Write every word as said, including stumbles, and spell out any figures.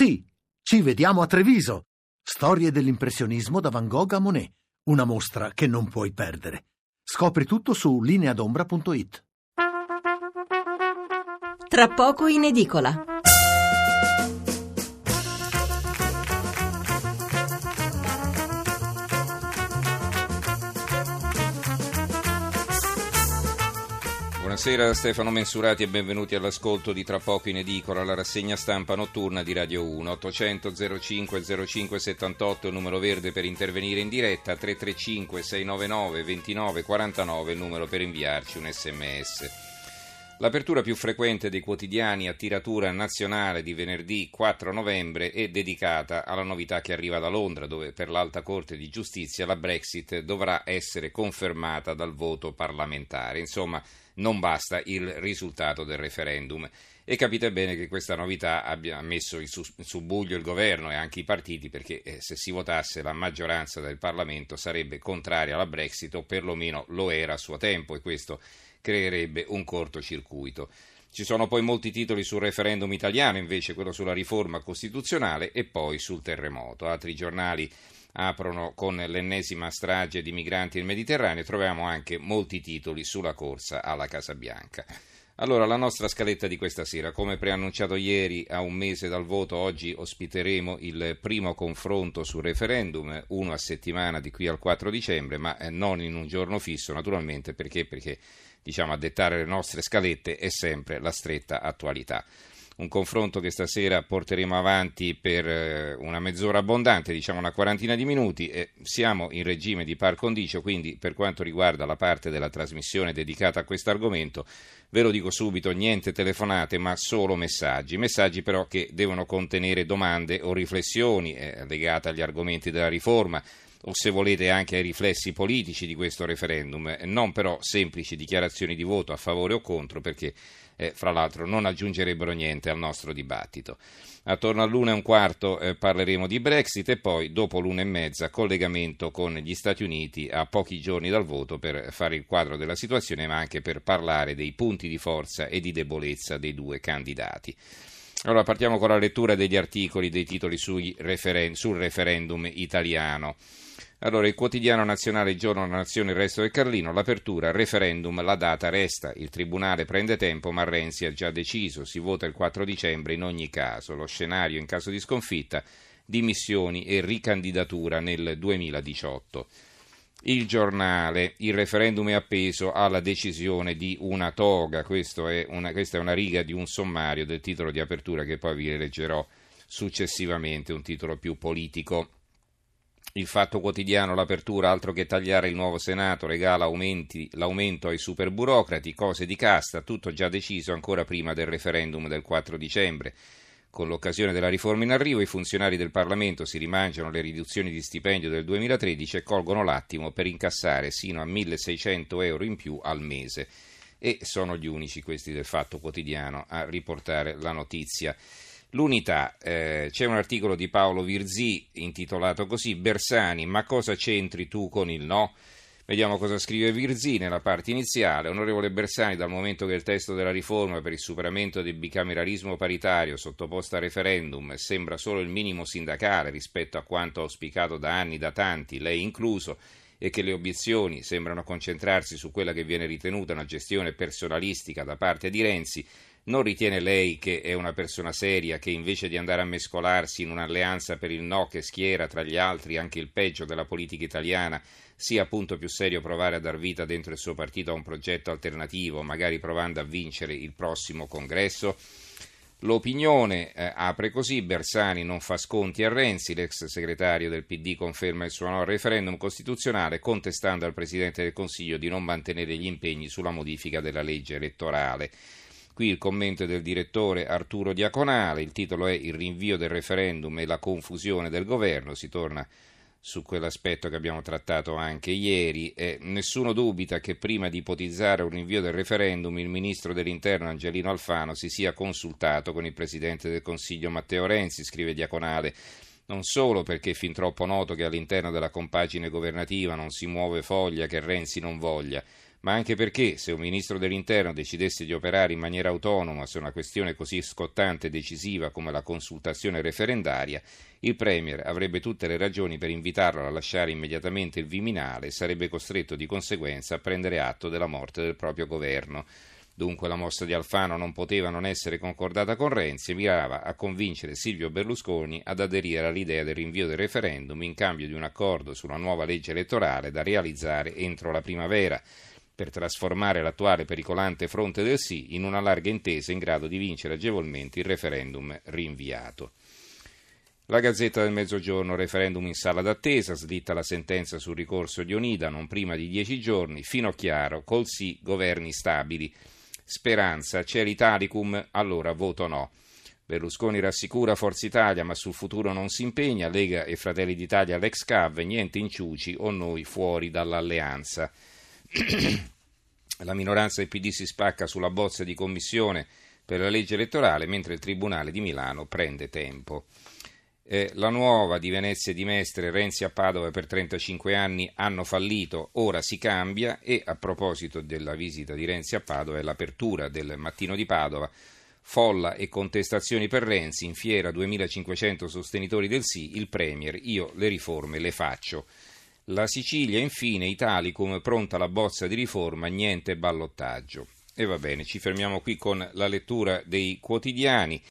Sì, ci vediamo a Treviso. Storie dell'impressionismo da Van Gogh a Monet. Una mostra che non puoi perdere. Scopri tutto su lineadombra punto it. Tra poco in edicola. Buonasera da Stefano Mensurati e benvenuti all'ascolto di Tra poco in edicola, la rassegna stampa notturna di Radio uno. ottocento zero cinque zero cinque settantotto il numero verde per intervenire in diretta, tre tre cinque sei nove nove due nove quattro nove il numero per inviarci un sms. L'apertura più frequente dei quotidiani a tiratura nazionale di venerdì quattro novembre è dedicata alla novità che arriva da Londra, dove per l'Alta Corte di Giustizia la Brexit dovrà essere confermata dal voto parlamentare. Insomma, non basta il risultato del referendum. E capite bene che questa novità abbia messo in subbuglio il governo e anche i partiti, perché eh, se si votasse la maggioranza del Parlamento sarebbe contraria alla Brexit, o perlomeno lo era a suo tempo, e questo creerebbe un cortocircuito. Ci sono poi molti titoli sul referendum italiano, invece quello sulla riforma costituzionale e poi sul terremoto. Altri giornali aprono con l'ennesima strage di migranti nel Mediterraneo. Troviamo anche molti titoli sulla corsa alla Casa Bianca. Allora, la nostra scaletta di questa sera, come preannunciato ieri, a un mese dal voto, oggi ospiteremo il primo confronto sul referendum, uno a settimana di qui al quattro dicembre, ma non in un giorno fisso, naturalmente, perché, perché diciamo, a dettare le nostre scalette è sempre la stretta attualità. Un confronto che stasera porteremo avanti per una mezz'ora abbondante, diciamo una quarantina di minuti, e siamo in regime di par condicio, quindi per quanto riguarda la parte della trasmissione dedicata a questo argomento, ve lo dico subito, niente telefonate ma solo messaggi, messaggi però che devono contenere domande o riflessioni eh, legate agli argomenti della riforma, o se volete anche ai riflessi politici di questo referendum, non però semplici dichiarazioni di voto a favore o contro, perché eh, fra l'altro non aggiungerebbero niente al nostro dibattito. Attorno all'una e un quarto eh, parleremo di Brexit e poi dopo l'una e mezza collegamento con gli Stati Uniti a pochi giorni dal voto per fare il quadro della situazione, ma anche per parlare dei punti di forza e di debolezza dei due candidati. Allora partiamo con la lettura degli articoli, dei titoli sui referen- sul referendum italiano. Allora, il quotidiano nazionale, il Giorno, la Nazione, il Resto del Carlino, l'apertura, referendum, la data resta, il Tribunale prende tempo ma Renzi ha già deciso, si vota il quattro dicembre in ogni caso, lo scenario in caso di sconfitta, dimissioni e ricandidatura nel duemiladiciotto. Il Giornale, il referendum è appeso alla decisione di una toga, Questo è una, questa è una riga di un sommario del titolo di apertura che poi vi leggerò successivamente, un titolo più politico. Il Fatto Quotidiano, l'apertura, altro che tagliare il nuovo Senato, regala aumenti, l'aumento ai superburocrati, cose di casta, tutto già deciso ancora prima del referendum del quattro dicembre. Con l'occasione della riforma in arrivo, i funzionari del Parlamento si rimangiano le riduzioni di stipendio del duemilatredici e colgono l'attimo per incassare sino a milleseicento euro in più al mese. E sono gli unici, questi del Fatto Quotidiano, a riportare la notizia. L'Unità, eh, c'è un articolo di Paolo Virzì intitolato così: Bersani, ma cosa c'entri tu con il no? Vediamo cosa scrive Virzì nella parte iniziale. Onorevole Bersani, dal momento che il testo della riforma per il superamento del bicameralismo paritario sottoposta a referendum sembra solo il minimo sindacale rispetto a quanto auspicato da anni da tanti, lei incluso, e che le obiezioni sembrano concentrarsi su quella che viene ritenuta una gestione personalistica da parte di Renzi, non ritiene lei che è una persona seria che invece di andare a mescolarsi in un'alleanza per il no che schiera tra gli altri anche il peggio della politica italiana, sia appunto più serio provare a dar vita dentro il suo partito a un progetto alternativo, magari provando a vincere il prossimo congresso? L'Opinione eh, apre così: Bersani non fa sconti a Renzi, l'ex segretario del P D conferma il suo no al referendum costituzionale contestando al Presidente del Consiglio di non mantenere gli impegni sulla modifica della legge elettorale. Qui il commento del direttore Arturo Diaconale, il titolo è Il rinvio del referendum e la confusione del governo, si torna su quell'aspetto che abbiamo trattato anche ieri. E nessuno dubita che prima di ipotizzare un rinvio del referendum il ministro dell'Interno Angelino Alfano si sia consultato con il Presidente del Consiglio Matteo Renzi, scrive Diaconale. Non solo perché è fin troppo noto che all'interno della compagine governativa non si muove foglia che Renzi non voglia, ma anche perché se un ministro dell'interno decidesse di operare in maniera autonoma su una questione così scottante e decisiva come la consultazione referendaria, il Premier avrebbe tutte le ragioni per invitarlo a lasciare immediatamente il Viminale e sarebbe costretto di conseguenza a prendere atto della morte del proprio governo. Dunque la mossa di Alfano non poteva non essere concordata con Renzi e mirava a convincere Silvio Berlusconi ad aderire all'idea del rinvio del referendum in cambio di un accordo sulla nuova legge elettorale da realizzare entro la primavera, per trasformare l'attuale pericolante fronte del sì in una larga intesa in grado di vincere agevolmente il referendum rinviato. La Gazzetta del Mezzogiorno, referendum in sala d'attesa, slitta la sentenza sul ricorso di Onida non prima di dieci giorni, Finocchiaro, col sì governi stabili. Speranza, c'è l'Italicum, allora voto no. Berlusconi rassicura Forza Italia, ma sul futuro non si impegna, Lega e Fratelli d'Italia all'ex Cav, niente inciuci o noi fuori dall'alleanza. La minoranza del P D si spacca sulla bozza di commissione per la legge elettorale, mentre il Tribunale di Milano prende tempo. Eh, la Nuova di Venezia e di Mestre, Renzi a Padova per trentacinque anni hanno fallito, ora si cambia. E a proposito della visita di Renzi a Padova e l'apertura del Mattino di Padova, folla e contestazioni per Renzi, in fiera duemilacinquecento sostenitori del sì, il Premier, io le riforme le faccio. La Sicilia, infine, Italicum, pronta la bozza di riforma, niente ballottaggio. E va bene, ci fermiamo qui con la lettura dei quotidiani.